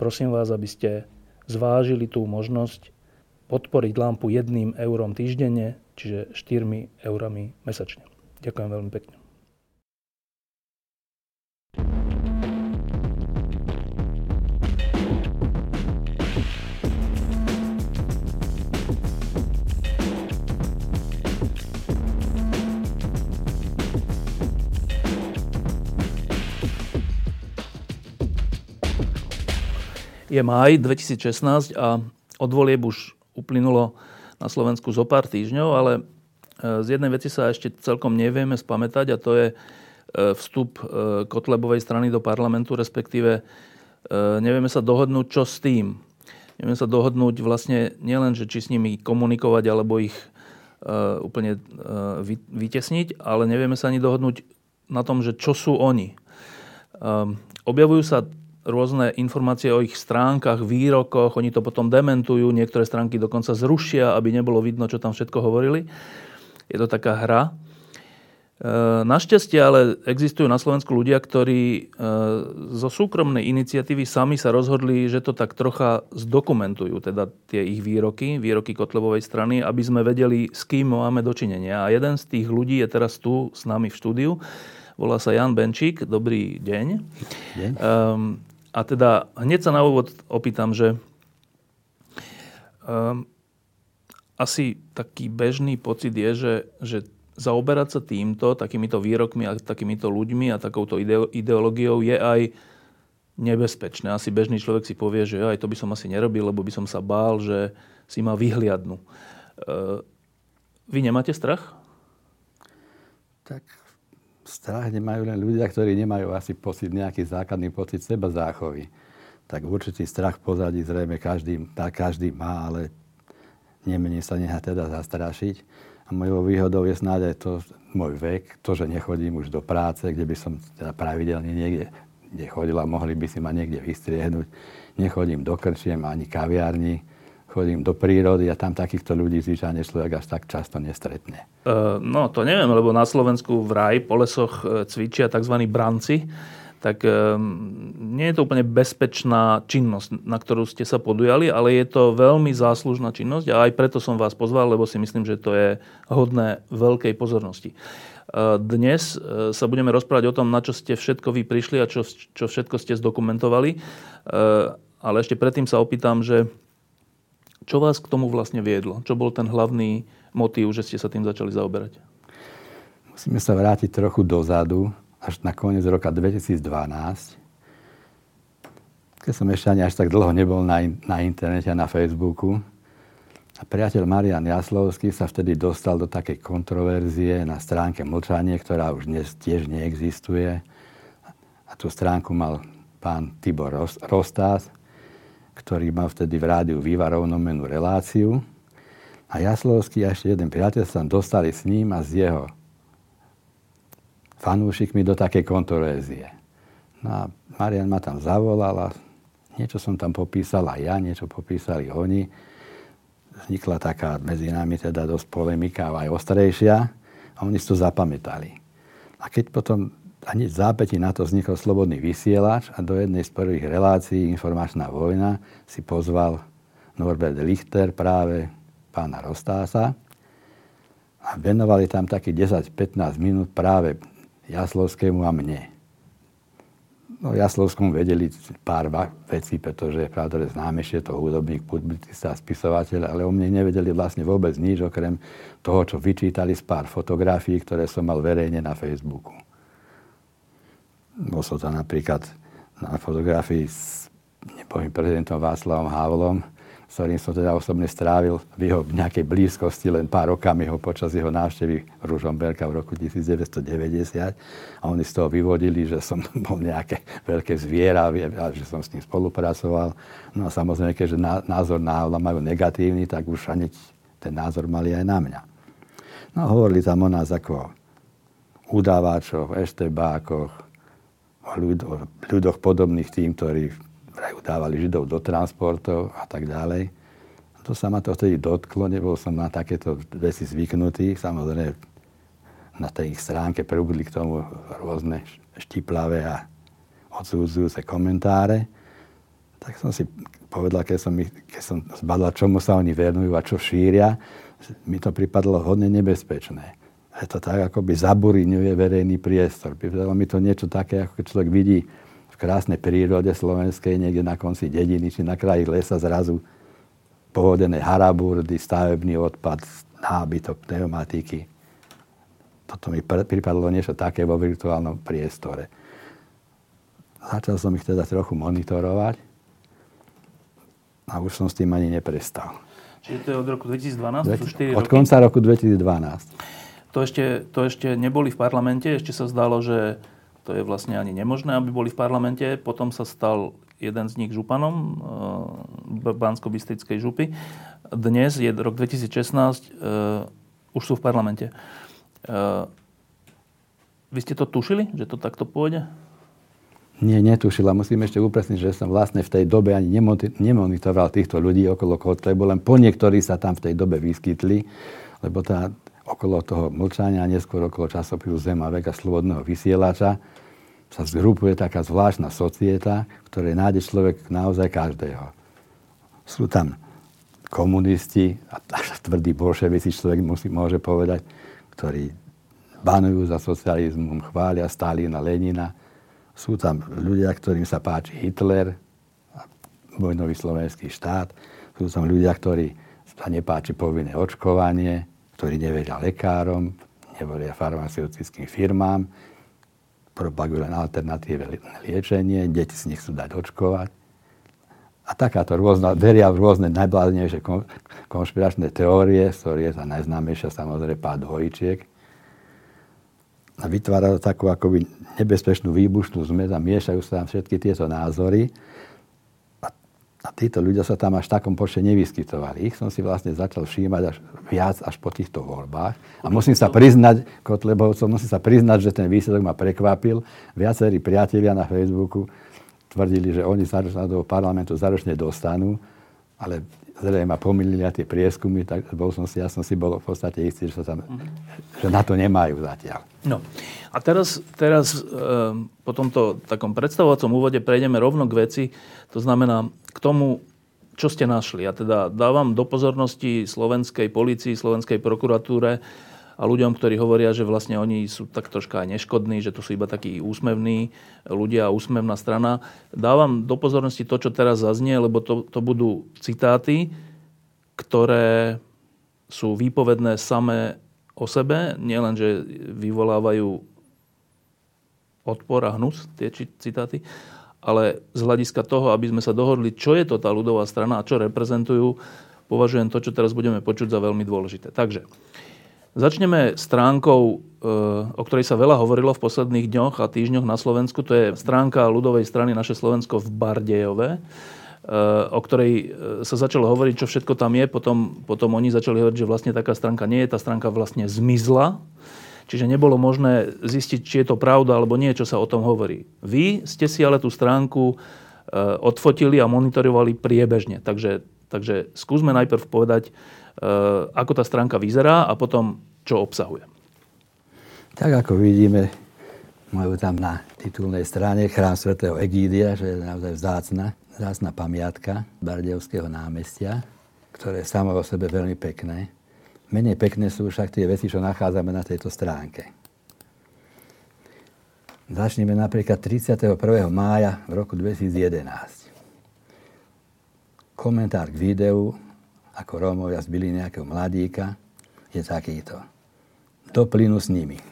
prosím vás, aby ste zvážili tú možnosť podporiť Lampu 1 eurom týždenne, čiže 4 eurami mesačne. Ďakujem veľmi pekne. Je máj 2016 a od volieb už uplynulo na Slovensku zo pár týždňov, ale z jednej veci sa ešte celkom nevieme spamätať a to je vstup Kotlebovej strany do parlamentu, respektíve nevieme sa dohodnúť, čo s tým. Nevieme sa dohodnúť vlastne nielen, že či s nimi komunikovať, alebo ich úplne vytesniť, ale nevieme sa ani dohodnúť na tom, že čo sú oni. Objavujú sa rôzne informácie o ich stránkach, výrokoch, oni to potom dementujú, niektoré stránky dokonca zrušia, aby nebolo vidno, čo tam všetko hovorili. Je to taká hra. Našťastie ale existujú na Slovensku ľudia, ktorí zo súkromnej iniciatívy sami sa rozhodli, že to tak trocha zdokumentujú, teda tie ich výroky Kotlebovej strany, aby sme vedeli, s kým máme dočinenia. A jeden z tých ľudí je teraz tu s nami v štúdiu. Volá sa Jan Benčík. Dobrý deň. Deň. A teda hneď sa na úvod opýtam, že asi taký bežný pocit je, že zaoberať sa takýmito výrokmi a takýmito ľuďmi a takouto ideológiou je aj nebezpečné. Asi bežný človek si povie, že aj to by som asi nerobil, lebo by som sa bál, že si ma vyhliadnú. Vy nemáte strach? Tak strach nemajú len ľudia, ktorí nemajú asi nejaký základný pocit seba záchovy. Tak určitý strach v pozadí zrejme každý má, ale nemení sa nechá teda zastrašiť. A mojou výhodou je snáď aj to môj vek, to, že nechodím už do práce, kde by som teda pravidelne niekde chodil a mohli by si ma niekde vystriehnúť. Nechodím do krčiem ani kaviarni, chodím do prírody a tam takýchto ľudí zvyčajne človek až tak často nestretne. No to neviem, lebo na Slovensku vraj po lesoch cvičia tzv. Branci, tak nie je to úplne bezpečná činnosť, na ktorú ste sa podujali, ale je to veľmi záslužná činnosť a aj preto som vás pozval, lebo si myslím, že to je hodné veľkej pozornosti. Dnes sa budeme rozprávať o tom, na čo ste všetko vy prišli a čo všetko ste zdokumentovali, ale ešte predtým sa opýtam, že čo vás k tomu vlastne viedlo? Čo bol ten hlavný motív, že ste sa tým začali zaoberať? Musíme sa vrátiť trochu dozadu, až na koniec roka 2012. Keď som ešte ani až tak dlho nebol na internete a na Facebooku. A priateľ Marian Jaslovský sa vtedy dostal do takej kontroverzie na stránke Mlčanie, ktorá už dnes tiež neexistuje. A tú stránku mal pán Tibor Rostás, ktorý mal vtedy v rádiu Viva rovnomennú reláciu. A Jaslovský a ešte jeden priateľ sa dostali s ním a s jeho fanúšikmi do takej kontroverzie. No a Marian ma tam zavolal a niečo som tam popísal aj ja, niečo popísali oni. Vznikla taká medzi nami teda dosť polemika, aj ostrejšia a oni si to zapamätali. A keď potom hneď v zápätí na to vznikol Slobodný vysielač a do jednej z prvých relácií Informačná vojna si pozval Norbert Lichter práve pána Rostása a venovali tam takých 10-15 minút práve Jaslovskému a mne. No Jaslovskému vedeli pár vecí, pretože je pravda, že známejšie je to hudobník, publicista a spisovateľ, ale o mne nevedeli vlastne vôbec nič, okrem toho, čo vyčítali z pár fotografií, ktoré som mal verejne na Facebooku. Bol som tam napríklad na fotografii s prezidentom Václavom Havlom, s ktorým som teda osobne strávil v jeho nejakej blízkosti len pár okamihov počas jeho návštevy Ružomberka v roku 1990. A oni z toho vyvodili, že som bol nejaké veľké zviera, že som s ním spolupracoval. No a samozrejme, keďže názor na Havla majú negatívny, tak už ani ten názor mali aj na mňa. No hovorili tam o nás ako udávačoch, eštebákoch, o ľuďoch podobných tým, ktorí dávali Židov do transportov a tak ďalej. To sa ma to vtedy dotklo, nebol som na takéto veci zvyknutý. Samozrejme, na tej ich stránke pribudli k tomu rôzne štiplavé a odsudzujúce komentáre. Tak som si povedal, keď som zbadal, čomu sa oni venujú a čo šíria, mi to pripadlo hodne nebezpečné. Je to tak, akoby zaburiňuje verejný priestor. Pripadalo mi to niečo také, ako keď človek vidí v krásnej prírode slovenskej, niekde na konci dediny, či na kraji lesa zrazu pohodené haraburdy, stavebný odpad, nábytok, pneumatiky. Toto mi pripadlo niečo také vo virtuálnom priestore. Začal som ich teda trochu monitorovať a už som s tým ani neprestal. Čiže to je od roku 2012? To sú 4 roky? Od konca roku 2012. To ešte neboli v parlamente, ešte sa zdalo, že to je vlastne ani nemožné, aby boli v parlamente. Potom sa stal jeden z nich županom Banskobystrickej župy. Dnes je rok 2016, už sú v parlamente. Vy ste to tušili, že to takto pôjde? Nie, netušila. Musím ešte upresniť, že som vlastne v tej dobe ani nemonitoroval týchto ľudí okolo Kotlebu, len po niektorí sa tam v tej dobe vyskytli, lebo okolo toho Mlčania a neskôr okolo časopisu Zem a vek a Slobodného vysielača sa zgrupuje taká zvláštna societa, v ktorej nájde človek naozaj každého. Sú tam komunisti a tvrdí bolševici, človek môže povedať, ktorí banujú za socializmom, chvália Stalina, Lenina. Sú tam ľudia, ktorým sa páči Hitler, vojnový slovenský štát. Sú tam ľudia, ktorí sa nepáči povinné očkovanie, ktorí neveria lekárom, neveria farmaceutickým firmám, propagujú len alternatívne liečenie, deti si nechcú dať očkovať. A takáto veria v rôzne najbláznejšie konšpiračné teórie, z ktorých je tá najznámejšia samozrejme pád dvojčiek. A vytvára takú akoby nebezpečnú výbušnú zmes a miešajú sa tam všetky tieto názory. A títo ľudia sa tam až v takom počte nevyskytovali. Ich som si vlastne začal všímať viac až po týchto voľbách. A musím sa priznať, Kotlebovcom, že ten výsledok ma prekvapil. Viacerí priatelia na Facebooku tvrdili, že oni sa do parlamentu zaročne dostanú, ale zrejme ma pomýlili tie prieskumy, tak ja som si bol v podstate istý, že že na to nemajú zatiaľ. No a teraz po tomto takom predstavovacom úvode prejdeme rovno k veci, to znamená k tomu, čo ste našli. Ja teda dávam do pozornosti slovenskej polícii, slovenskej prokuratúre a ľuďom, ktorí hovoria, že vlastne oni sú tak troška aj neškodní, že to sú iba takí úsmevní ľudia, úsmevná strana. Dávam do pozornosti to, čo teraz zaznie, lebo to budú citáty, ktoré sú výpovedné samé o sebe, nielen, že vyvolávajú odpor a hnus, tie citáty, ale z hľadiska toho, aby sme sa dohodli, čo je to tá ľudová strana a čo reprezentujú, považujem to, čo teraz budeme počuť, za veľmi dôležité. Takže začneme stránkou, o ktorej sa veľa hovorilo v posledných dňoch a týždňoch na Slovensku. To je stránka ľudovej strany Naše Slovensko v Bardejove, o ktorej sa začalo hovoriť, čo všetko tam je. Potom oni začali hovoriť, že vlastne taká stránka nie je. Tá stránka vlastne zmizla. Čiže nebolo možné zistiť, či je to pravda alebo nie, čo sa o tom hovorí. Vy ste si ale tú stránku odfotili a monitorovali priebežne. Takže skúsme najprv povedať, ako tá stránka vyzerá a potom, čo obsahuje. Tak ako vidíme, majú tam na titulnej strane chrám svätého Egídia, že je naozaj vzácna pamiatka Bardejovského námestia, ktoré je samo o sebe veľmi pekné. Menej pekné sú však tie veci, čo nachádzame na tejto stránke. Začneme napríklad 31. mája v roku 2011. Komentár k videu, ako Rómovia zbili nejakého mladíka, je takýto. Do plynu s nimi.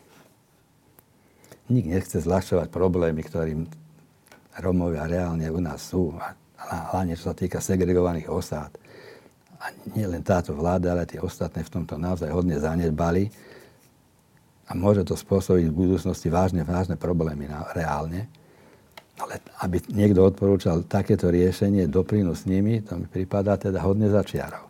Nik nechce zľahčovať problémy, ktorým Rómovia reálne u nás sú, a hlavne čo sa týka segregovaných osád. A nie len táto vláda, ale tie ostatné v tomto naozaj hodne zanedbali. A môže to spôsobiť v budúcnosti vážne problémy reálne. Ale aby niekto odporúčal takéto riešenie do plynu s nimi, to mi pripadá teda hodne za čiarou.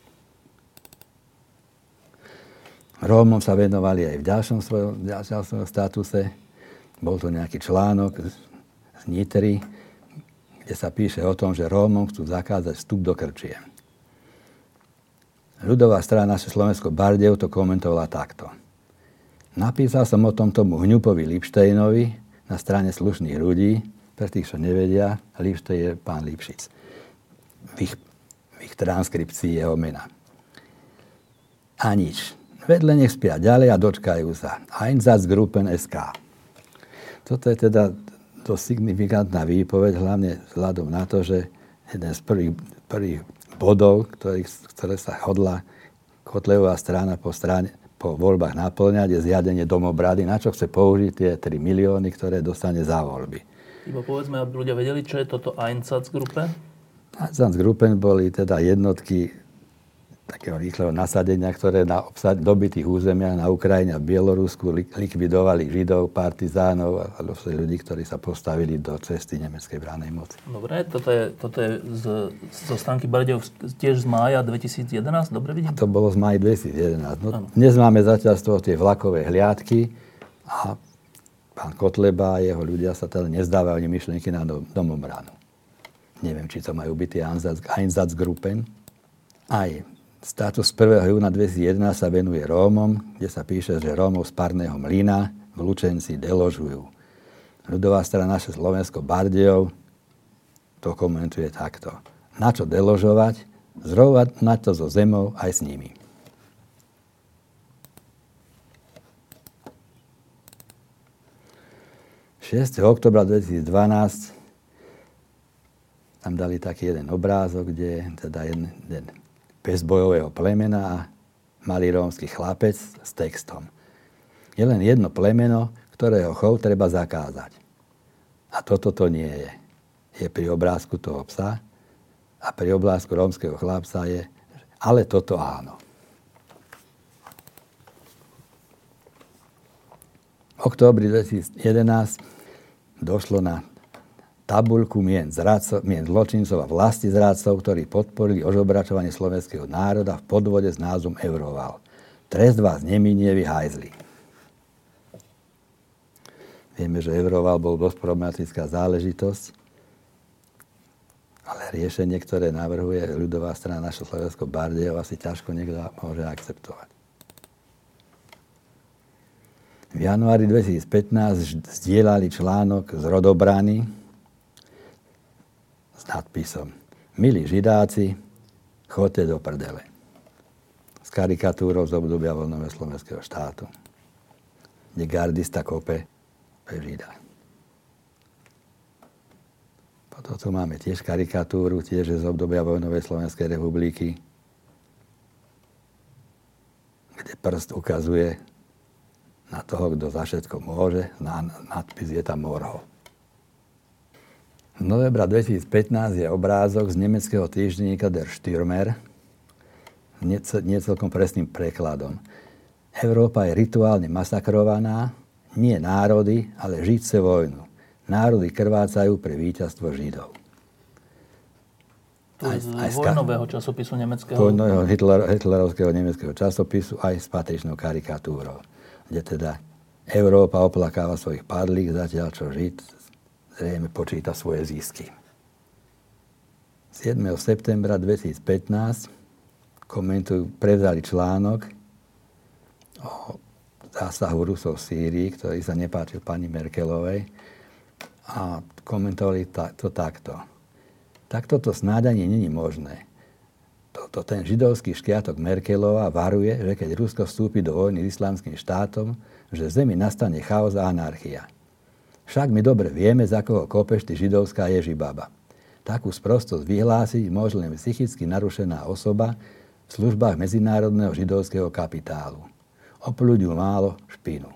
Rómom sa venovali aj v ďalšom svojom statuse. Bol to nejaký článok z Nitry, kde sa píše o tom, že Rómom chcú zakázať vstup do krčiem. Ľudová strana Naše Slovensko Bardejov to komentovala takto. Napísal som o tom tomu hňupovi Lipštejnovi na strane slušných ľudí, Pre tých, čo nevedia, Lipšte je pán Lipšic. V ich transkripcii jeho mena. A nič. Vedle nech spia ďalej a dočkajú sa. Einsatzgruppen SK. Toto je teda dosť signifikantná výpoveď, hlavne vzhľadom na to, že jeden z prvých bodov, ktoré sa hodla Kotlebová strana po voľbách naplňať, je zriadenie domobrady, na čo chce použiť tie 3 milióny, ktoré dostane za voľby. Iba povedzme, aby ľudia vedeli, čo je toto Einsatzgruppe? Einsatzgruppen boli teda jednotky takého rýchleho nasadenia, ktoré na dobitých územiach na Ukrajine a Bielorusku likvidovali Židov, partizánov a ľudí, ktorí sa postavili do cesty nemeckej branej moci. Dobre, toto je zo Stanky Bardejov tiež z mája 2011, dobre vidím? To bolo z mája 2011. No, dnes máme zatiaľ z toho tie vlakové hliadky a pán Kotleba a jeho ľudia sa teda nezdávajú ani myšlienky na domobranu. Neviem, či to majú byť tie Einsatzgruppen. Aj status 1. júna 2011 sa venuje Rómom, kde sa píše, že Rómov z Parného mlyna v Lučenci deložujú. Ľudová strana naše Slovensko Bardejov to komentuje takto. Na čo deložovať? Zrovnať to so zemou aj s nimi. ...6. októbra 2012 tam dali taký jeden obrázok, kde teda jeden pes bojového plemena a malý rómsky chlapec s textom. Je len jedno plemeno, ktorého chov treba zakázať. A toto to nie je. Je pri obrázku toho psa a pri obrázku rómskeho chlapca je, ale toto áno. V októbri 2011 došlo na tabuľku mien zločincov a vlastizrádcov, ktorí podporili ožobračovanie slovenského národa v podvode s názvom Euroval. Trest vás neminie, vy hajzli. Vieme, že Euroval bol dosť problematická záležitosť, ale riešenie, ktoré navrhuje ľudová strana naše Slovensko Bardejov, asi ťažko niekto môže akceptovať. V januári 2015 zdieľali článok z Rodobrany s nadpisom Milí židáci, choďte do prdele. S karikatúrou z obdobia voľného slovenského štátu, kde gardista kope pre Žida. Potom tu máme tiež karikatúru, tiež z obdobia vojnovej Slovenskej republiky, kde prst ukazuje na toho, kto za všetko môže, nadpis je tam Morho. V novembra 2015 je obrázok z nemeckého týždenníka Der Stürmer nie celkom presným prekladom. Európa je rituálne masakrovaná, nie národy, ale židce vojnu. Národy krvácajú pre víťazstvo Židov. To je z vojnového časopisu nemeckého? Vojnového hitlerovského nemeckého časopisu aj s patričnou karikatúrou, kde teda Európa oplakáva svojich padlých, zatiaľ čo Žid zrejme počíta svoje zisky. 7. septembra 2015 prevzali článok o zásahu Rusov v Sýrii, ktorý sa nepáčil pani Merkelovej a komentovali to takto. Takto to snáď ani není možné. Ten židovský škiatok Merkelová varuje, že keď Rusko vstúpi do vojny s islamským štátom, že v zemi nastane chaos a anarchia. Však my dobre vieme, za koho kopeš ty židovská Ježibaba. Takú sprostosť vyhlásiť môže len psychicky narušená osoba v službách medzinárodného židovského kapitálu. Opľuď ju málo špinu.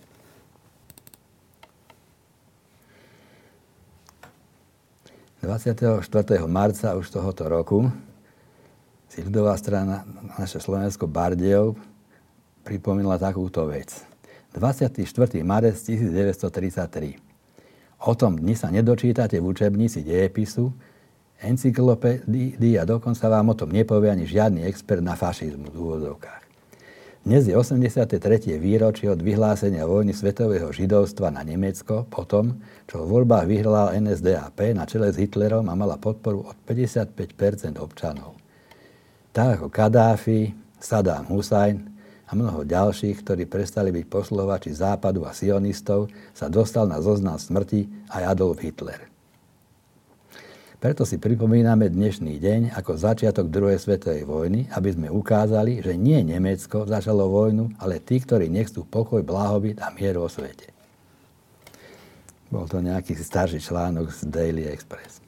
...24. marca už tohoto roku si ľudová strana naše Slovensko Bardejov pripomínala takúto vec. 24. marec 1933. O tom dni sa nedočítate v učebnici dejepisu, encyklopédii a dokonca vám o tom nepovie ani žiadny expert na fašizmu v úvodzovkách. Dnes je 83. výročie od vyhlásenia vojny svetového židovstva na Nemecko po tom, čo v voľbách vyhrala NSDAP na čele s Hitlerom a mala podporu od 55% občanov. Tak ako Kadáfi, Saddam Husajn a mnoho ďalších, ktorí prestali byť posluhovači západu a sionistov, sa dostal na zoznam smrti aj Adolf Hitler. Preto si pripomíname dnešný deň ako začiatok druhej svetovej vojny, aby sme ukázali, že nie Nemecko začalo vojnu, ale tí, ktorí nechcú pokoj, blahobyt a mier vo svete. Bol to nejaký starší článok z Daily Express.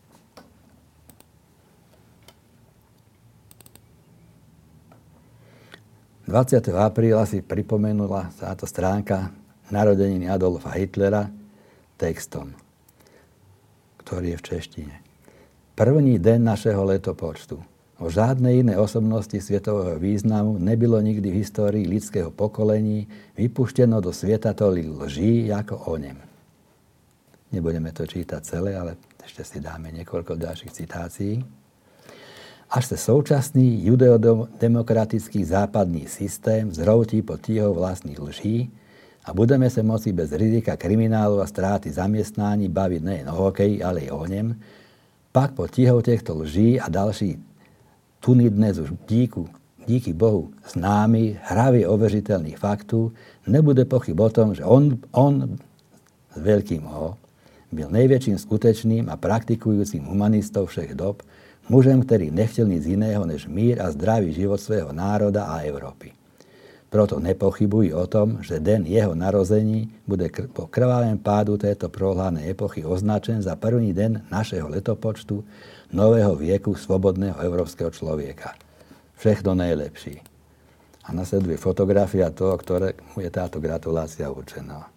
– 20. apríla si pripomenula táto stránka narodeniny Adolfa Hitlera textom, ktorý je v češtine. První den našeho letopočtu. O žádnej inej osobnosti svetového významu nebylo nikdy v histórii lidského pokolení vypušteno do sveta tolik lží ako o ňom. Nebudeme to čítať celé, ale ešte si dáme niekoľko ďalších citácií. Až sa současný judeodemokratický západný systém zhroutí pod tíhou vlastných lží a budeme sa moci bez rizika kriminálu a stráty zamestnání baviť nejen o hokeji, ale i o ňom, pak pod tíhou týchto lží a ďalší tuny dnes už díky Bohu známy, hravie overiteľných faktov, nebude pochyb o tom, že on s veľkým O byl nejväčším skutečným a praktikujúcim humanistom všech dob, mužem, ktorý nechtěl nic iného než mír a zdravý život svého národa a Európy. Proto nepochybuj o tom, že den jeho narození bude po krvavém pádu této prohľadnej epochy označen za první den našeho letopočtu nového vieku svobodného európskeho človeka. Všechno najlepší. A nasleduje fotografia toho, ktorému je táto gratulácia určená.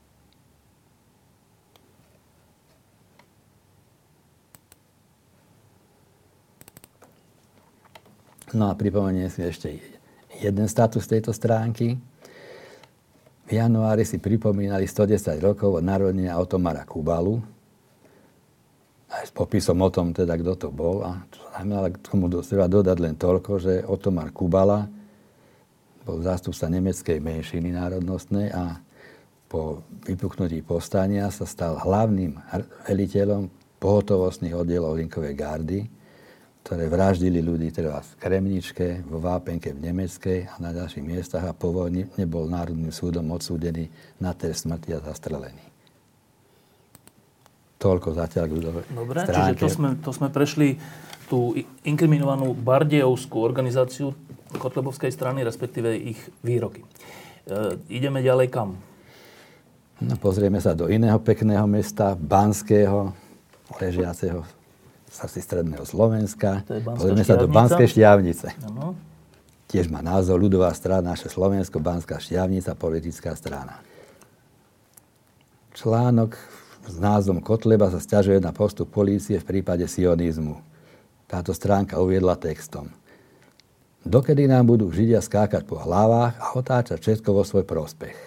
No a pripomeniem si ešte jeden status tejto stránky. V januári si pripomínali 110 rokov od narodenia Otomara Kubalu. Aj s popisom o tom, teda, kto to bol. A k tomu treba dodať len toľko, že Otomar Kubala bol zástupca nemeckej menšiny národnostnej a po vypuknutí povstania sa stal hlavným veliteľom pohotovostných oddielov linkovej gardy, ktoré vraždili ľudí teda v Kremničke, vo Vápenke v Nemeckej a na ďalších miestach a po vojne nebol Národným súdom odsúdený na trest smrti a zastrelený. Toľko zatiaľ k ľudovej stránke. Čiže to sme prešli tú inkriminovanú Bardejovskú organizáciu Kotlebovskej strany, respektíve ich výroky. Ideme ďalej kam? No, pozrieme sa do iného pekného mesta, Banského, ležiaceho asi stredného Slovenska. Pozrieme sa do Banskej Štiavnice. Ano. Tiež má názov ľudová strana naše Slovensko, Banská Štiavnica, politická strana. Článok s názvom Kotleba sa sťažuje na postup polície v prípade sionizmu. Táto stránka uviedla textom. Dokedy nám budú Židia skákať po hlavách a otáčať všetko vo svoj prospech?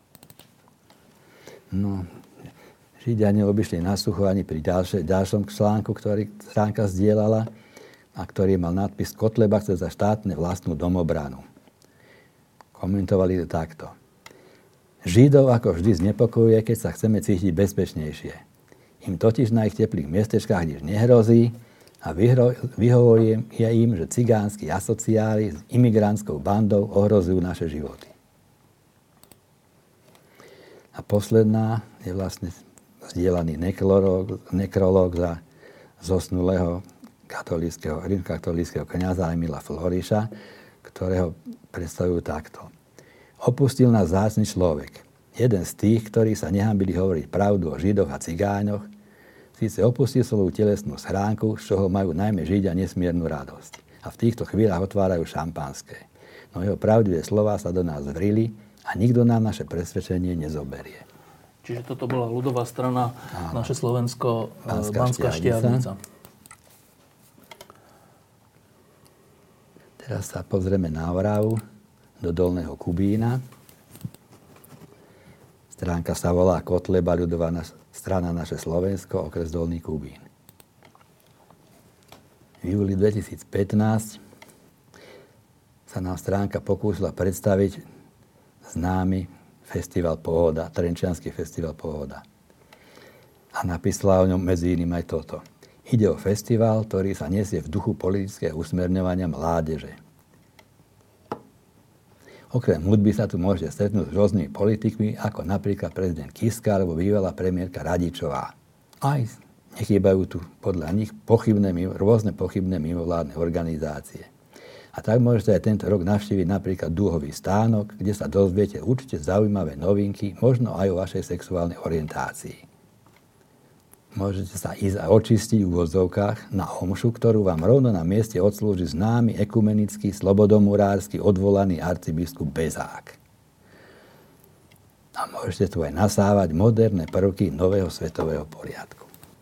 No, Židia neobyšli na sucho ani pri ďalšom článku, ktorý stránka zdieľala a ktorý mal nadpis Kotleba chce za štátne vlastnú domobranu. Komentovali to takto. Židov ako vždy znepokojuje, keď sa chceme cítiť bezpečnejšie. Im totiž na ich teplých miestečkách nič nehrozí a vyhovuje im, že cigánsky asociáli s imigrantskou bandou ohrozujú naše životy. A posledná je vlastne zdieľaný nekrológ za zosnulého rímskokatolíckeho kňaza Emila Floriša, ktorého predstavujú takto. Opustil nás vzácny človek. Jeden z tých, ktorí sa nehanbili hovoriť pravdu o Židoch a Cigáňoch, síce opustil svoju telesnú schránku, z čoho majú najmä Židia nesmiernu radosť. A v týchto chvíľach otvárajú šampanské. No jeho pravdivé slová sa do nás vrili a nikto nám naše presvedčenie nezoberie. Čiže toto bola ľudová strana, áno. Naše Slovensko, Banská Štiavnica. Teraz sa pozrieme na Oravu, do Dolného Kubína. Stránka sa volá Kotleba, ľudová strana Naše Slovensko, okres Dolný Kubín. V júli 2015 sa nám stránka pokúsila predstaviť známy Festival Pohoda, Trenčiansky festival Pohoda. A napísala o ňom medzi iným aj toto. Ide o festival, ktorý sa nesie v duchu politického usmerňovania mládeže. Okrem hudby sa tu môžete stretnúť s rôznymi politikmi, ako napríklad prezident Kiska alebo bývalá premiérka Radičová. Aj nechýbajú tu podľa nich rôzne pochybné mimovládne organizácie. A tak môžete aj tento rok navštíviť napríklad Dúhový stánok, kde sa dozviete určite zaujímavé novinky, možno aj o vašej sexuálnej orientácii. Môžete sa ísť a očistiť v úvodzovkách na omšu, ktorú vám rovno na mieste odslúži známy ekumenický, slobodomurársky odvolaný arcibiskup Bezák. A môžete tu aj nasávať moderné prvky nového svetového poriadku.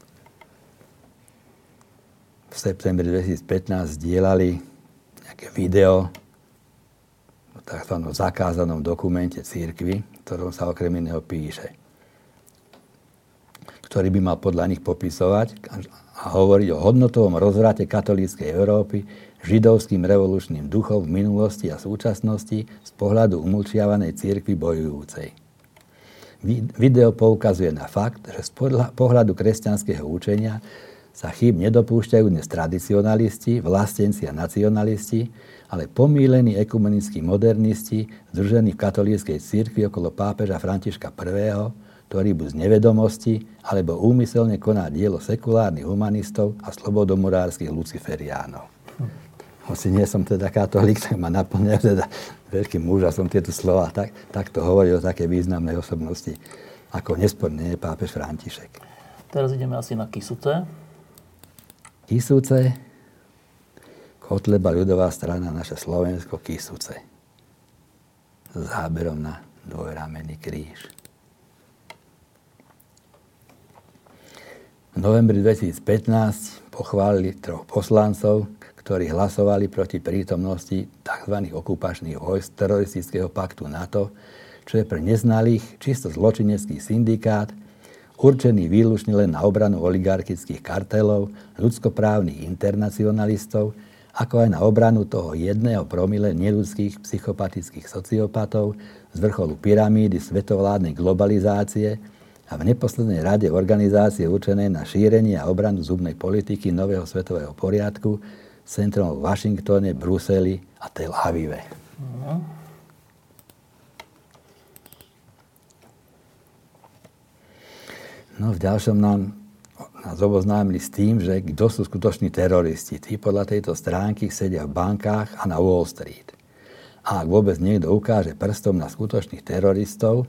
V septembri 2015 zdieľali nejaké video o tzv. Zakázanom dokumente cirkvi, v ktorom sa okrem iného píše, ktorý by mal podľa nich popisovať a hovoriť o hodnotovom rozvrate katolíckej Európy židovským revolučným duchom v minulosti a súčasnosti z pohľadu umlčiavanej cirkvi bojujúcej. Video poukazuje na fakt, že z pohľadu kresťanského učenia sa chýb nedopúšťajú dnes tradicionalisti, vlastenci a nacionalisti, ale pomýlení ekumenickí modernisti združení v katolíckej cirkvi okolo pápeža Františka I., ktorý buď z nevedomosti, alebo úmyselne koná dielo sekulárnych humanistov a slobodomurárskych luciferiánov. Hoci nie som teda katolík, tak ma naplňajú teda veľkým úžasom tieto slova. Takto hovorí o také významnej osobnosti, ako nesporne je pápež František. Teraz ideme asi na Kysuce. Kysuce, Kotleba, ľudová strana, naše Slovensko, Kysuce. S záberom na dvojramenný kríž. V novembri 2015 pochválili 3 poslancov, ktorí hlasovali proti prítomnosti tzv. Okupačných vojsk teroristického paktu NATO, čo je pre neznalých čisto zločinecký syndikát, určený výlučne len na obranu oligarchických kartelov, ľudskoprávnych internacionalistov, ako aj na obranu toho 1 promile neľudských psychopatických sociopatov z vrcholu pyramídy svetovládnej globalizácie a v neposlednej rade organizácie určenej na šírenie a obranu zubnej politiky nového svetového poriadku s centrom v Washingtone, Bruseli a Tel Avive. No v ďalšom nás oboznámili s tým, že kto sú skutoční teroristi. Tí podľa tejto stránky sedia v bankách a na Wall Street. A ak vôbec niekto ukáže prstom na skutočných teroristov,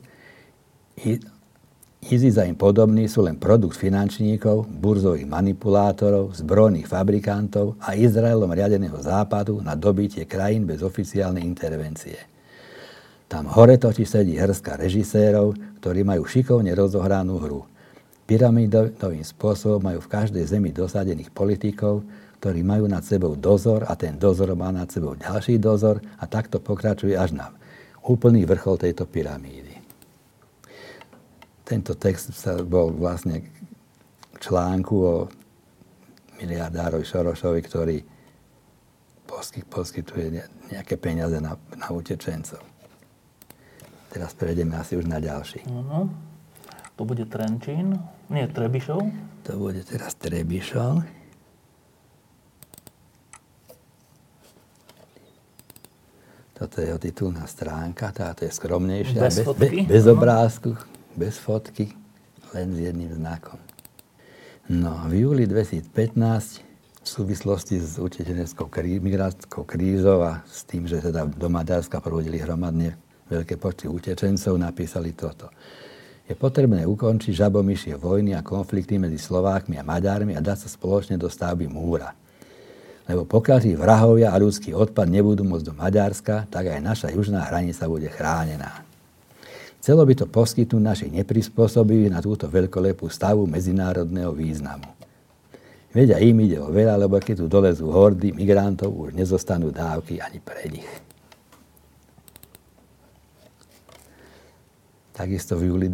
ISIS a im podobní sú len produkt finančníkov, burzových manipulátorov, zbrojných fabrikantov a Izraelom riadeného západu na dobitie krajín bez oficiálnej intervencie. Tam hore totiž sedí hrstka režisérov, ktorí majú šikovne rozohranú hru. Pyramidovým spôsobom majú v každej zemi dosadených politikov, ktorí majú nad sebou dozor a ten dozor má nad sebou ďalší dozor a takto pokračuje až na úplný vrchol tejto pyramídy. Tento text bol vlastne článku o miliardárovi Šorošovi, ktorý poskytuje nejaké peniaze na utečencov. Teraz prejdeme asi už na ďalší. To bude Trenčín. Nie, Trebišov. To bude teraz Trebišov. Toto je jeho titulná stránka, táto je skromnejšia. Bez obrázku. Bez fotky, len s jedným znakom. No, v júli 2015 v súvislosti s utečeneckou migrátskou krízou a s tým, že teda do Maďarska prúdili hromadne veľké počty utečencov, napísali toto. Je potrebné ukončiť žabomyšie vojny a konflikty medzi Slovákmi a Maďarmi a dať sa spoločne do stavby múra. Lebo pokiaľ tí vrahovia a ľudský odpad nebudú môcť do Maďarska, tak aj naša južná hranica bude chránená. Chcelo by to poskytnúť našich neprispôsobivých na túto veľkolepú stavu medzinárodného významu. Veď a im ide o veľa, lebo keď tu dolezú hordy migrantov, už nezostanú dávky ani pre nich. Takisto v júli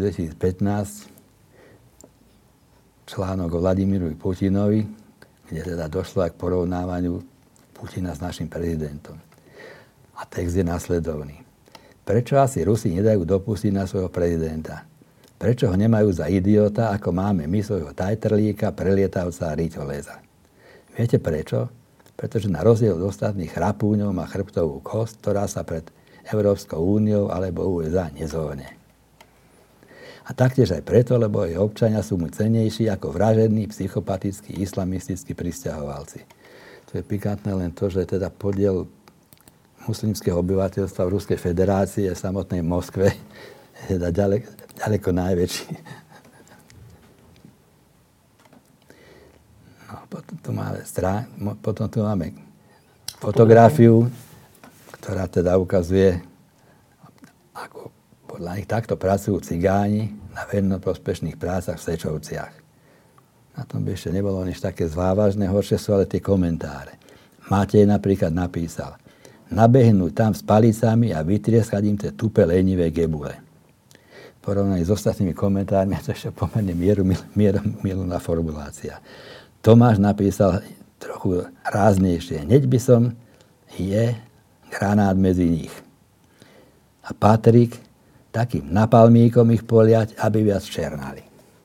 2015 článok o Vladimirovi Putinovi, kde teda došlo aj k porovnávaniu Putina s našim prezidentom. A text je nasledovný. Prečo asi Rusi nedajú dopustiť na svojho prezidenta? Prečo ho nemajú za idiota, ako máme my svojho tajtrlíka, prelietavca a riťoleza? Viete prečo? Pretože na rozdiel od ostatných chrapúňov má chrbtovú kosť, ktorá sa pred Európskou úniou alebo USA nezohne. A taktiež aj preto, lebo jej občania sú mu cennejší ako vražední, psychopatickí, islamistickí prisťahovalci. To je pikantné len to, že teda podiel muslimského obyvateľstva v Ruskej federácii a samotnej Moskve je teda ďaleko najväčší. No, potom tu máme fotografiu, ktorá teda ukazuje, ako podľa nich takto pracujú cigáni na verejnoprospešných prácach v Sečovciach. Na tom by ešte nebolo nič také závažné, horšie sú ale tie komentáre. Matej napríklad napísal: nabehnúť tam s palicami a vytrieskať im tie tupe lenivé gebule. Porovnaní s ostatnými komentármi, to ešte pomerne mierumilovná formulácia. Tomáš napísal trochu ráznejšie: hneď by som granát medzi nich. A Patrik: takým napalmíkom ich poliať, aby viac černali.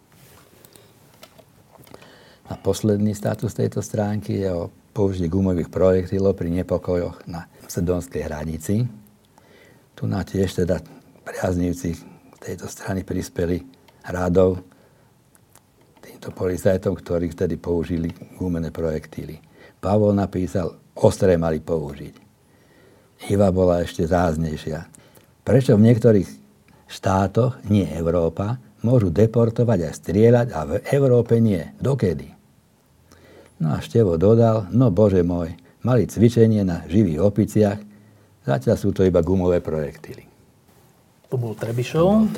A posledný status tejto stránky je o použití gumových projektilov pri nepokojoch na macedónskej hranici. Tu na tiež teda priaznivci tejto strany prispeli radou týmto policajtom, ktorí vtedy použili gumené projektily. Pavol napísal: ostré mali použiť. Iva bola ešte záznejšia. Prečo v niektorých štátoch, nie Európa, môžu deportovať a strieľať a v Európe nie? Dokedy? No a Števo dodal: no bože môj, mali cvičenie na živých opiciach, zatiaľ sú to iba gumové projektily. To bol Trebišov.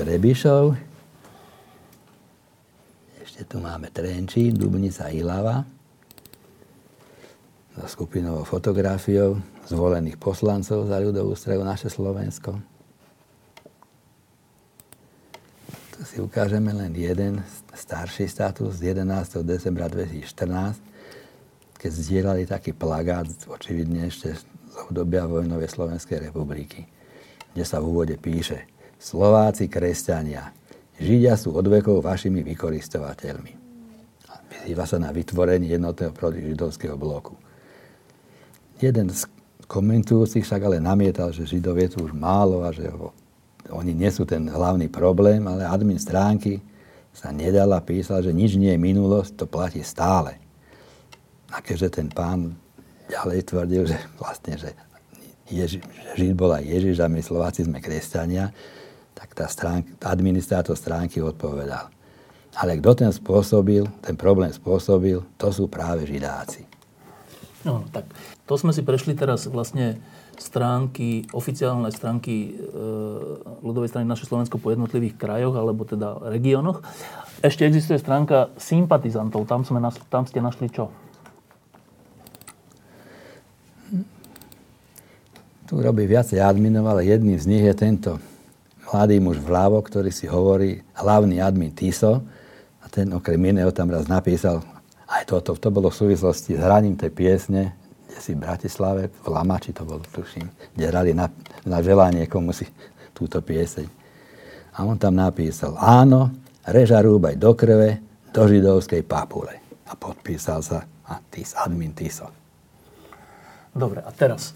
Ešte tu máme Trenčín, Dubnica, Ilava. So skupinovou fotografiou zvolených poslancov za ľudovú stranu Naše Slovensko. Tu si ukážeme len jeden starší status z 11. decembra 2014, keď zdieľali taký plagát, očividne ešte z obdobia vojnovej Slovenskej republiky, kde sa v úvode píše: Slováci, kresťania, Židia sú od vekov vašimi vykoristovateľmi. Vyzýva sa na vytvorenie jednotného protižidovského bloku. Jeden z komentujúcich však ale namietal, že Židov je tu už málo a že oni nie sú ten hlavný problém, ale admin stránky sa nedal a písal, že nič nie je minulosť, to platí stále. A keďže ten pán ďalej tvrdil, že vlastne, že Žid bola Ježiš a my Slováci sme kresťania, tak administrátor stránky odpovedal: ale kto ten problém spôsobil, to sú práve Židáci. No, tak to sme si prešli teraz vlastne oficiálne stránky ľudovej strany Naše Slovensko po jednotlivých krajoch, alebo teda regiónoch. Ešte existuje stránka sympatizantov. Tam ste našli čo? Tu robí viacej adminov, ale jedným z nich je tento mladý muž vľavo, ktorý si hovorí hlavný admin Tiso. A ten okrem iného tam raz napísal aj toto. To bolo v súvislosti s hraním tej piesne, kde si v Bratislave, v Lamači to bolo, tuším, kde hrali na želanie komu si túto pieseň. A on tam napísal: áno, reža rúbaj do krve, do židovskej papule. A podpísal sa admin Tiso. Dobre, a teraz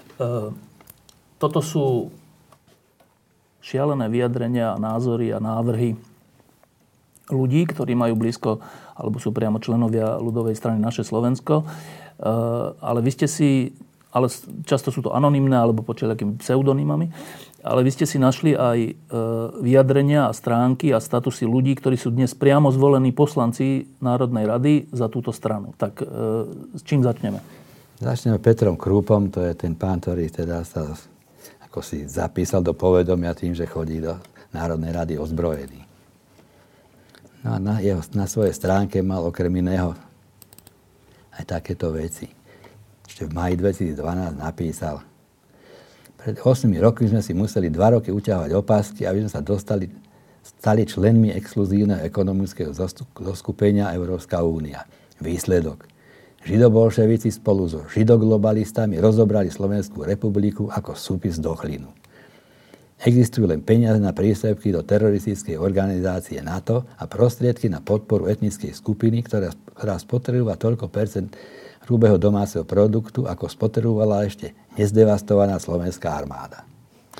toto sú šialené vyjadrenia, názory a návrhy ľudí, ktorí majú blízko alebo sú priamo členovia ľudovej strany Naše Slovensko. Ale často sú to anonymné alebo pod všelijakými pseudonymami, ale vy ste si našli aj vyjadrenia a stránky a statusy ľudí, ktorí sú dnes priamo zvolení poslanci Národnej rady za túto stranu. Tak s čím začneme? Začneme Petrom Krúpom, to je ten pán, ktorý teda sa ako si zapísal do povedomia tým, že chodí do Národnej rady ozbrojený. No a na svojej stránke mal okrem iného aj takéto veci. Ešte v máji 2012 napísal: pred 8 rokmi sme si museli 2 roky uťahovať opasky, aby sme sa stali členmi exkluzívneho ekonomického zoskupenia Európska únia. Výsledok: židobolševici spolu so židoglobalistami rozobrali Slovenskú republiku ako súpis do chlinu. Existujú len peniaze na príspevky do teroristickej organizácie NATO a prostriedky na podporu etnickej skupiny, ktorá spotrebúva toľko percent hrubého domáceho produktu, ako spotrebúvala ešte nezdevastovaná slovenská armáda.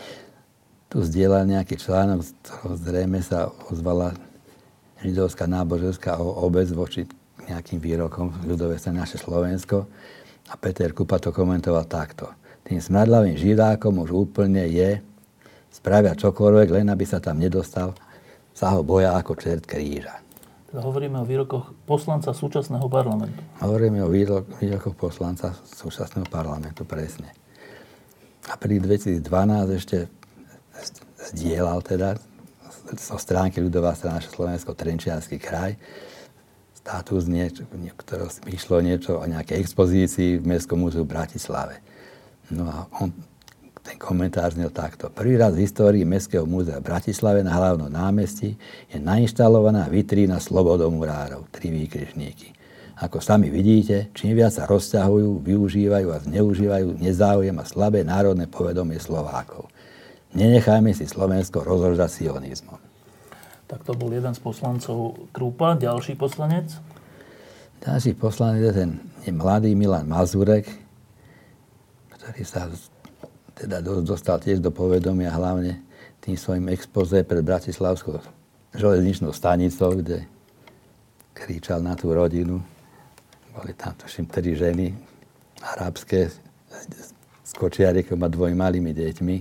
tu zdieľal nejaký článok, z ktorého zrejme sa ozvala židovská náboženská obec voči nejakým výrokom ľudové sa naše Slovensko. A Peter Kupa to komentoval takto. Tým smradlavým židákom už úplne spravia čokoľvek, len aby sa tam nedostal, sa ho boja ako čert kríža. Teda hovoríme o výrokoch poslanca súčasného parlamentu. Hovoríme o výrokoch poslanca súčasného parlamentu, presne. A pri 2012 ešte zdieľal teda zo stránky ľudová strana Slovensko Trenčiansky kraj status ktorého išlo niečo o nejakej expozícii v Mestskom múzeu v Bratislave. No a ten komentár znel takto. Prvý raz v histórii Mestského múzea v Bratislave na hlavnom námestí je nainštalovaná vitrína slobodomurárov, 3 výkrižníky. Ako sami vidíte, čím viac sa rozťahujú, využívajú a zneužívajú nezáujem a slabé národné povedomie Slovákov. Nenechajme si Slovensko rozhoždať sionizmom. Tak to bol jeden z poslancov Krupa. Ďalší poslanec? Ďalší poslanec je mladý Milan Mazurek, ktorý sa teda dostal tiež do povedomia hlavne tým svojim expozé pred Bratislavskou železničnou stanicou, kde kričal na tú rodinu. Boli tam tuším 3 ženy arabské s kočiarikom a 2 malými deťmi.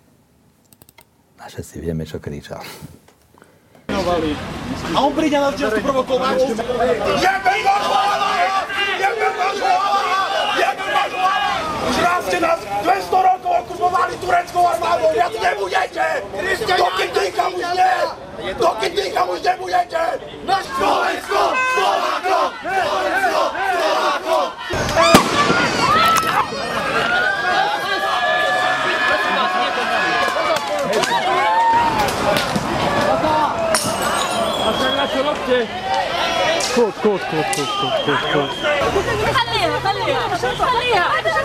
A všetci vieme, čo kričal. A on príde na to provokovať. Jebem váš hlava! Jebem váš hlava! Jebem váš hlava! Už raz ste nás 200 rokov, ako sme mali tureckou armádou, viac nebudete! Dokým dýcham už nie! Dokým dýcham už nebudete! Slovensko! Slováko! Slovensko! Slováko! شو ربطي؟ كوت كوت كوت كوت كوت كوت خليها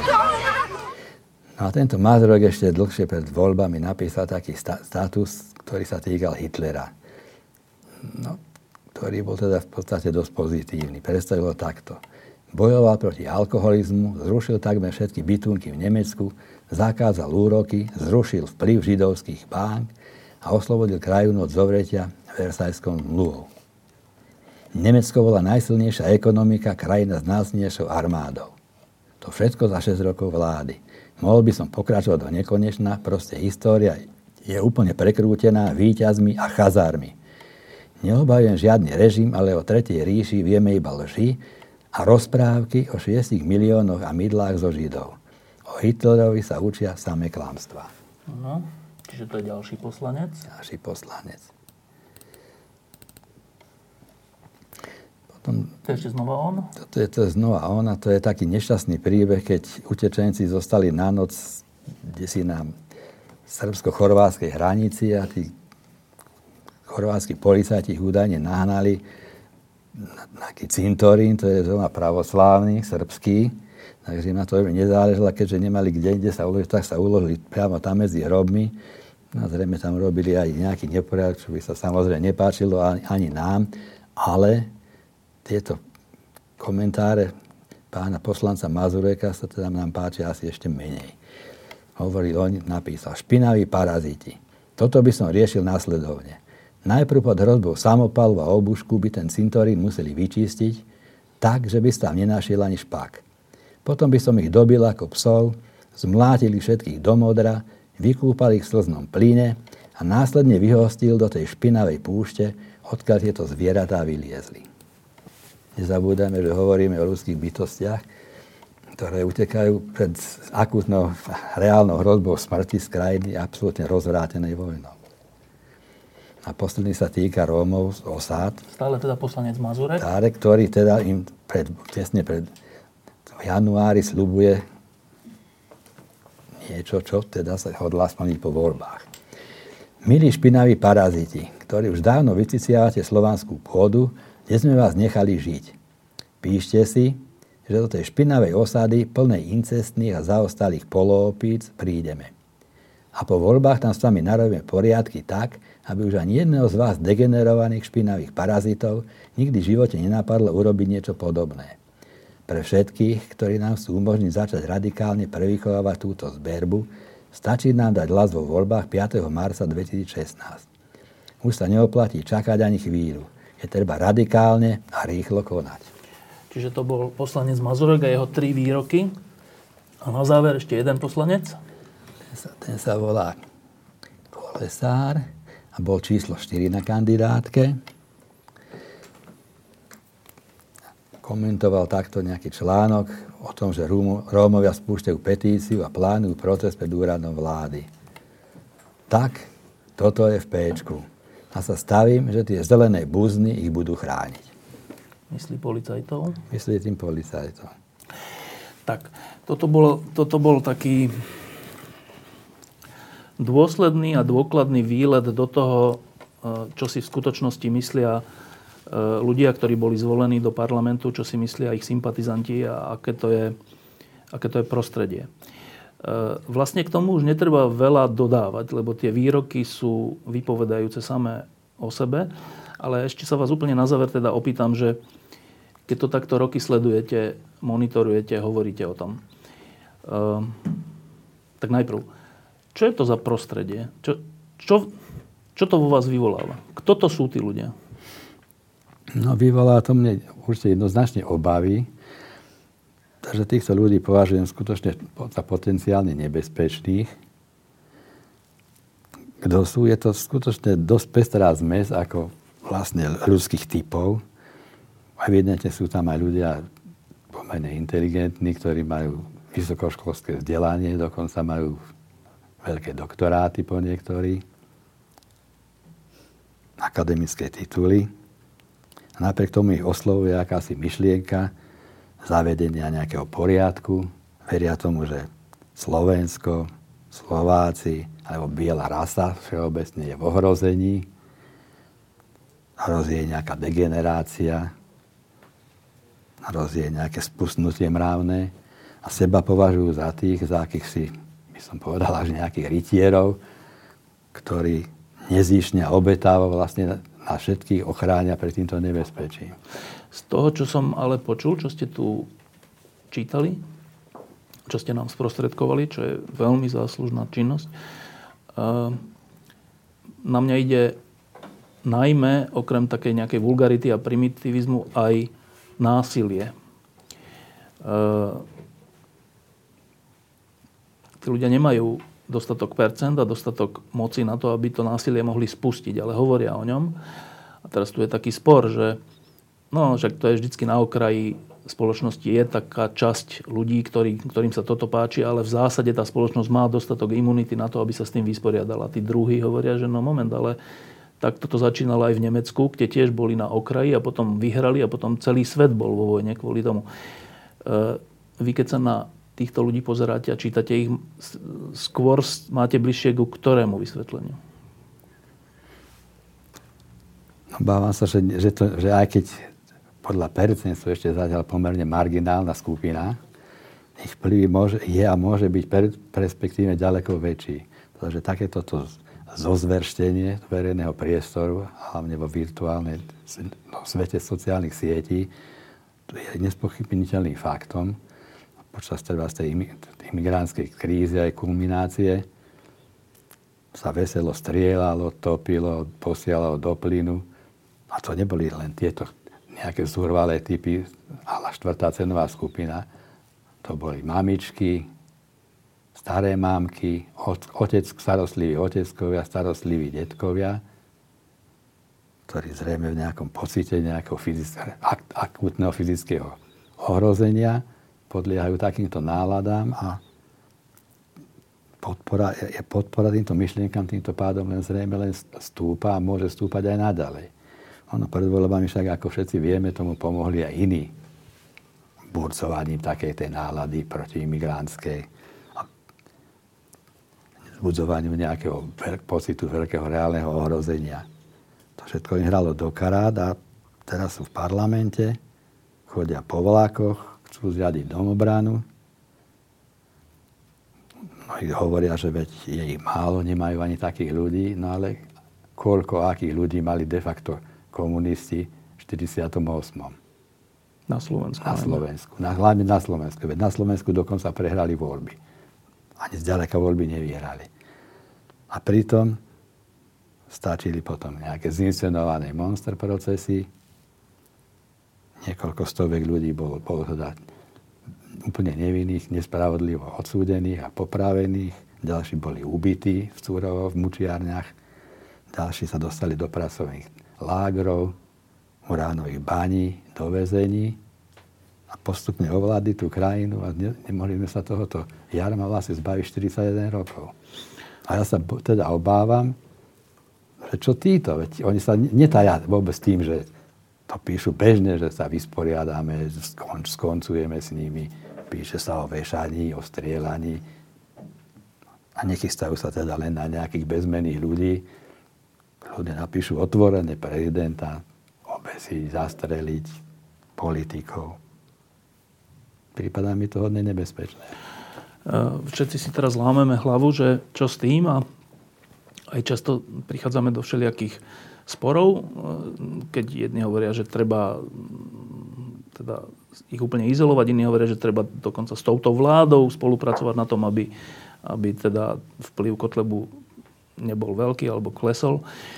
No a tento Mazurek ešte dlhšie pred voľbami napísal taký status, ktorý sa týkal Hitlera. No, ktorý bol teda v podstate dosť pozitívny. Predstavilo takto. Bojoval proti alkoholizmu, zrušil takmer všetky bytunky v Nemecku, zakázal úroky, zrušil vplyv židovských bank a oslobodil krajinu od zovretia Versajskou zmluvou. Nemecko bola najsilnejšia ekonomika, krajina s najsilnejšou armádou. To všetko za 6 rokov vlády. Mohol by som pokračovať do nekonečna, proste história je úplne prekrútená víťazmi a chazármi. Neobhajujem žiadny režim, ale o Tretej ríši vieme iba lži a rozprávky o 6 miliónoch a mydlách zo Židov. O Hitlerovi sa učia samé klamstvá. No, čiže to je ďalší poslanec. Ďalší poslanec. To je ešte znova on? To je znova on a to je taký nešťastný príbeh, keď utečenci zostali na noc kdesi na srbsko-chorvátskej hranici a tí chorvátsky policajti ich údajne nahnali na taký cintorín, to je zóna pravoslávny, srbský, takže im na to nezáležalo, keďže nemali kde sa uložiť, tak sa uložili priamo tam medzi hrobmi. No, zrejme tam robili aj nejaký neporiadok, čo by sa samozrejme nepáčilo ani nám, ale tieto komentáre pána poslanca Mazureka sa teda nám páčia asi ešte menej. Hovoril on, napísal, špinaví paraziti. Toto by som riešil následovne. Najprv pod hrozbou samopalu a obušku by ten cintorín museli vyčistiť tak, že by sa tam nenašiel ani špak. Potom by som ich dobil ako psov, zmlátili všetkých do modra, vykúpal ich v slznom plyne a následne vyhostil do tej špinavej púšte, odkiaľ tieto zvieratá vyliezli. Nezabúdajme, že hovoríme o ľudských bytostiach, ktoré utekajú pred akútnou reálnou hrozbou smrti z krajiny absolútne rozvrátenej vojnou. A posledný sa týka Rómov z osád. Stále teda poslanec Mazurek. Ktorý teda im tesne pred januári sľubuje niečo, čo teda sa hodlá splniť po voľbách. Milí špinaví paraziti, ktorí už dávno vyciciávate slovanskú pôdu, kde sme vás nechali žiť. Píšte si, že do tej špinavej osady, plnej incestných a zaostalých poloopíc, prídeme. A po voľbách tam s vami narobíme poriadky tak, aby už ani jedného z vás degenerovaných špinavých parazitov nikdy v živote nenapadlo urobiť niečo podobné. Pre všetkých, ktorí nám chcú umožniť začať radikálne prevychovávať túto zberbu, Stačí nám dať hlas vo voľbách 5. marca 2016. Už sa neoplatí čakať ani chvíľu. Je treba radikálne a rýchlo konať. Čiže to bol poslanec Mazurek a jeho 3 výroky. A na záver ešte jeden poslanec. Ten sa volá Kolesár a bol číslo 4 na kandidátke. Komentoval takto nejaký článok o tom, že Rómovia spúšťajú petíciu a plánujú proces pred úradom vlády. Tak, toto je v Péčku. A sa stavím, že tie zelené buzny ich budú chrániť. Myslí policajtov? Myslí tým policajtov. Tak, toto bol taký dôsledný a dôkladný výlet do toho, čo si v skutočnosti myslia ľudia, ktorí boli zvolení do parlamentu, čo si myslia ich sympatizanti a aké to je prostredie. Vlastne k tomu už netreba veľa dodávať, lebo tie výroky sú vypovedajúce samé o sebe, ale ešte sa vás úplne na záver teda opýtam, že keď to takto roky sledujete, monitorujete, hovoríte o tom, tak najprv, čo je to za prostredie? Čo to vo vás vyvoláva? Kto to sú tí ľudia? No, vyvolá to mne určite jednoznačne obavy. Takže týchto ľudí považujem skutočne za potenciálne nebezpečných. Kto sú? Je to skutočne dosť pestrá zmes ako vlastne ľudských typov. Evidentne sú tam aj ľudia pomerne inteligentní, ktorí majú vysokoškolské vzdelanie, dokonca majú veľké doktoráty po niektorí, akademické tituly. A napriek tomu ich oslovuje akási myšlienka zavedenia nejakého poriadku. Veria tomu, že Slovensko, Slováci alebo biela rasa všeobecne je v ohrození. Hrozí nejaká degenerácia, hrozí nejaké spustnutie mravné a seba považujú za tých, za akýchsi, by som povedal, až nejakých rytierov, ktorí nezýšne a obetávo vlastne a všetkých ochránia pred týmto nebezpečím. Z toho, čo som ale počul, čo ste tu čítali, čo ste nám sprostredkovali, čo je veľmi záslužná činnosť, na mňa ide najmä, okrem takej nejakej vulgarity a primitivizmu, aj násilie. Tí ľudia nemajú dostatok percent a dostatok moci na to, aby to násilie mohli spustiť, ale hovoria o ňom. A teraz tu je taký spor, že to je vždycky na okraji spoločnosti, je taká časť ľudí, ktorým sa toto páči, ale v zásade tá spoločnosť má dostatok imunity na to, aby sa s tým vysporiadala. Tí druhí hovoria, že ale tak toto začínalo aj v Nemecku, kde tiež boli na okraji a potom vyhrali a potom celý svet bol vo vojne kvôli tomu. Vy keď sa na týchto ľudí pozeráte a čítate ich, skôr máte bližšie ku ktorému vysvetleniu? No, bávam sa, že aj keď podľa percent sú ešte zatiaľ pomerne marginálna skupina, ich vplyv je a môže byť perspektívne ďaleko väčší. Pretože takéto zozverštenie verejného priestoru, hlavne vo virtuálnej svete sociálnych sietí, je nespochybniteľným faktom. Počas tej imigrantskej krízy aj kulminácie sa veselo strieľalo, topilo, posielalo do plynu. A to neboli len tieto nejaké zúrvalé typy, ale 4. cenová skupina. To boli mamičky, staré mámky, starostliví oteckovia, starostliví detkovia, ktorí zrejme v nejakom pocite nejakého akútneho fyzického ohrozenia podliehajú takýmto náladám a podpora týmto myšlienkam týmto pádom len zrejme stúpa a môže stúpať aj naďalej. Ono pred voľbami však, ako všetci vieme, tomu pomohli aj iní burcovaním takej tej nálady protiimigrantskej a vzbudzovaniu nejakého pocitu veľkého reálneho ohrozenia. To všetko im hralo do karát a teraz sú v parlamente, chodia po vlákoch, chcú zriadiť domobranu. Mnohí hovoria, že veď je ich málo, nemajú ani takých ľudí, no ale akých ľudí mali de facto komunisti v 48. Na Slovensku. Na Slovensku. Hlavne na Slovensku. Veď na Slovensku dokonca prehrali voľby. ani zďaleka voľby nevyhrali. A pritom stačili potom nejaké zinscenované monster procesy. Niekoľko stoviek ľudí bolo teda úplne nevinných, nespravodlivo odsúdených a popravených. Ďalší boli ubití v Curovo, v mučiarniach. Ďalší sa dostali do pracovných lágrov, uránových baní, do väzení. A postupne ovládli tú krajinu a nemohli sme sa tohoto jarma vlastne zbaviť 41 rokov. A ja sa teda obávam, že čo títo, veď oni sa netajá vôbec tým, že to píšu bežne, že sa vysporiadame, skoncujeme s nimi, píše sa o vešaní, o strieľaní a nechystajú sa teda len na nejakých bezmenných ľudí. Ľudia napíšu otvorene prezidenta, obesiť, zastreliť politikov. Prípadá mi to hodne nebezpečné. Všetci si teraz lámeme hlavu, že čo s tým, a aj často prichádzame do všelijakých sporov, keď jedni hovoria, že treba teda ich úplne izolovať, iní hovoria, že treba dokonca s touto vládou spolupracovať na tom, aby teda vplyv Kotlebu nebol veľký alebo klesol.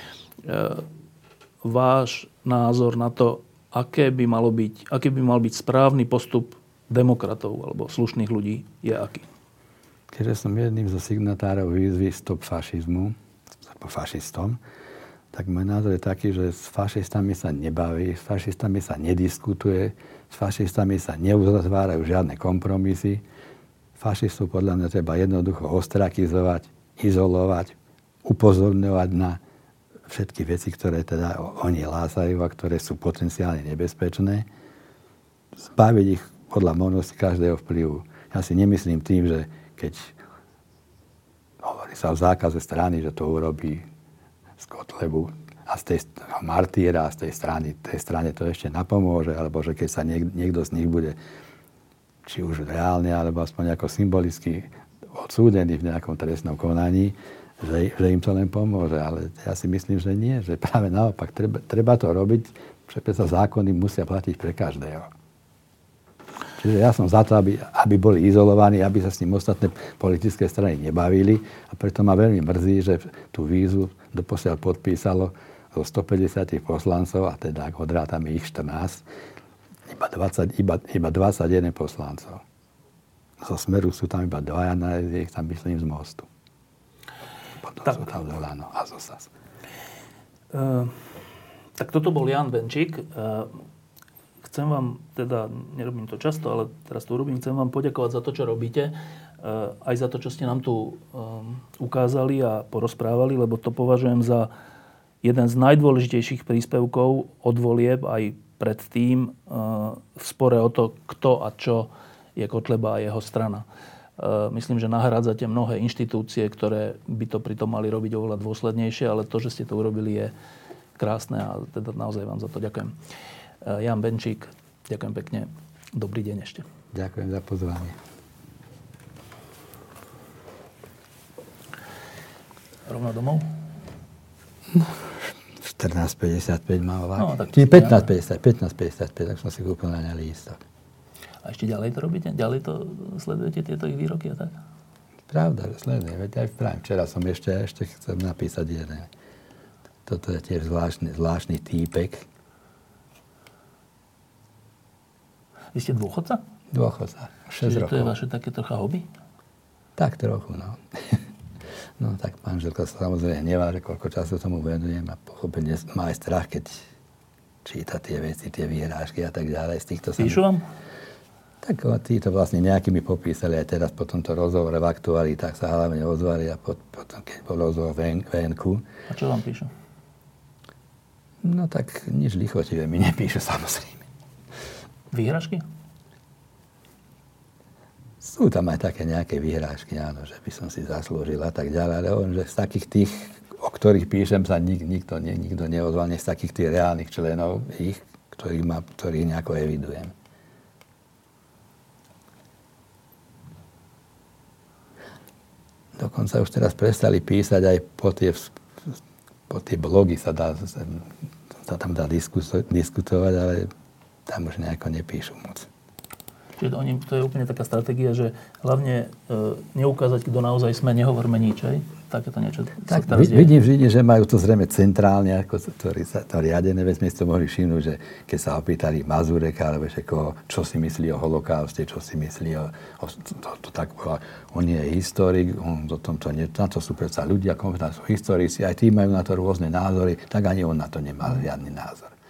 Váš názor na to, aký by mal byť správny postup demokratov alebo slušných ľudí, je aký? Keďže som jedným zo signatárov výzvy Stop fašizmu, po fašistom, tak môj názor je taký, že s fašistami sa nebaví, s fašistami sa nediskutuje, s fašistami sa neuzatvárajú žiadne kompromisy. Fašistov podľa mňa treba jednoducho ostrakizovať, izolovať, upozorňovať na všetky veci, ktoré teda oni hlásajú a ktoré sú potenciálne nebezpečné. Zbaviť ich podľa možnosti každého vplyvu. Ja si nemyslím tým, že keď hovorí sa o zákaze strany, že to urobí z Kotlebu a z tej martýra a z tej strane to ešte napomôže, alebo že keď sa niekto z nich bude či už reálne, alebo aspoň nejako symbolicky odsúdený v nejakom trestnom konaní, že im to len pomôže. Ale ja si myslím, že nie, že práve naopak treba to robiť, pretože zákony musia platiť pre každého. Čiže ja som za to, aby boli izolovaní, aby sa s ním ostatné politické strany nebavili a preto ma veľmi mrzí, že tú výzvu doposiaľ podpísalo zo 150 poslancov a teda ak odrátame ich 14, iba 21 poslancov. Zo Smeru sú tam iba dvaja, ich tam myslím z Mostu. Potom sú tam Dolano a Zosas. Tak toto bol Ján Benčík. Chcem vám, teda nerobím to často, ale teraz to urobím, chcem vám poďakovať za to, čo robíte. Aj za to, čo ste nám tu ukázali a porozprávali, lebo to považujem za jeden z najdôležitejších príspevkov od volieb aj predtým v spore o to, kto a čo je Kotleba a jeho strana. Myslím, že nahrádzate mnohé inštitúcie, ktoré by to pritom mali robiť oveľa dôslednejšie, ale to, že ste to urobili, je krásne a teda naozaj vám za to ďakujem. Ján Benčík, ďakujem pekne. Dobrý deň ešte. Ďakujem za pozvanie. Rovno domov? 14.55 mal vlak. No, tak čiže 15.55, tak som si kúpil na lístok. A ešte ďalej to robíte? Ďalej to sledujete, tieto ich výroky a tak? Pravda, že sledujem. Veď aj včera som ešte chcem napísať jeden. Toto je tiež zvláštny týpek. Vy ste dôchodca? Dôchodca. 6 Čiže rokov. to je vaše také trocha hobby? Tak trochu, no. No tak manželka sa samozrejme hnevá, že koľko času tomu venujem a pochopene má aj strach, keď číta tie veci, tie výhrážky a tak ďalej. Z týchto Píšu vám? Tak títo vlastne nejakými popísali aj teraz po tomto rozhovore v Aktualitách sa hlavne ozvali a potom, keď bol rozhovor venku. A čo vám píšu? No tak nič lichotivé mi nepíšu, samozrejme. Výhražky? Sú tam aj také nejaké výhrážky, áno, že by som si zaslúžil a tak ďalej, ale on, že z takých tých, o ktorých píšem, sa nikto neozval, z takých tých reálnych členov ich, ktorých nejako evidujem. Dokonca už teraz prestali písať aj po tie blogy sa tam dá diskutovať, ale tam už nejako nepíšu moc. Čiže to je úplne taká stratégia, že hlavne neukázať, kto naozaj sme, nehovorme nič, hej? Takéto niečo. Tak, vidím vždy, že majú to zrejme centrálne, ako to riadené, veď sme si to mohli všimnúť, že keď sa opýtali Mazureka, alebo čo si myslí o holokauste, čo si myslí o tak, on je historik, on na to sú predsa ľudia, sú historici, aj tí majú na to rôzne názory, tak ani on na to nemal žiadny názor.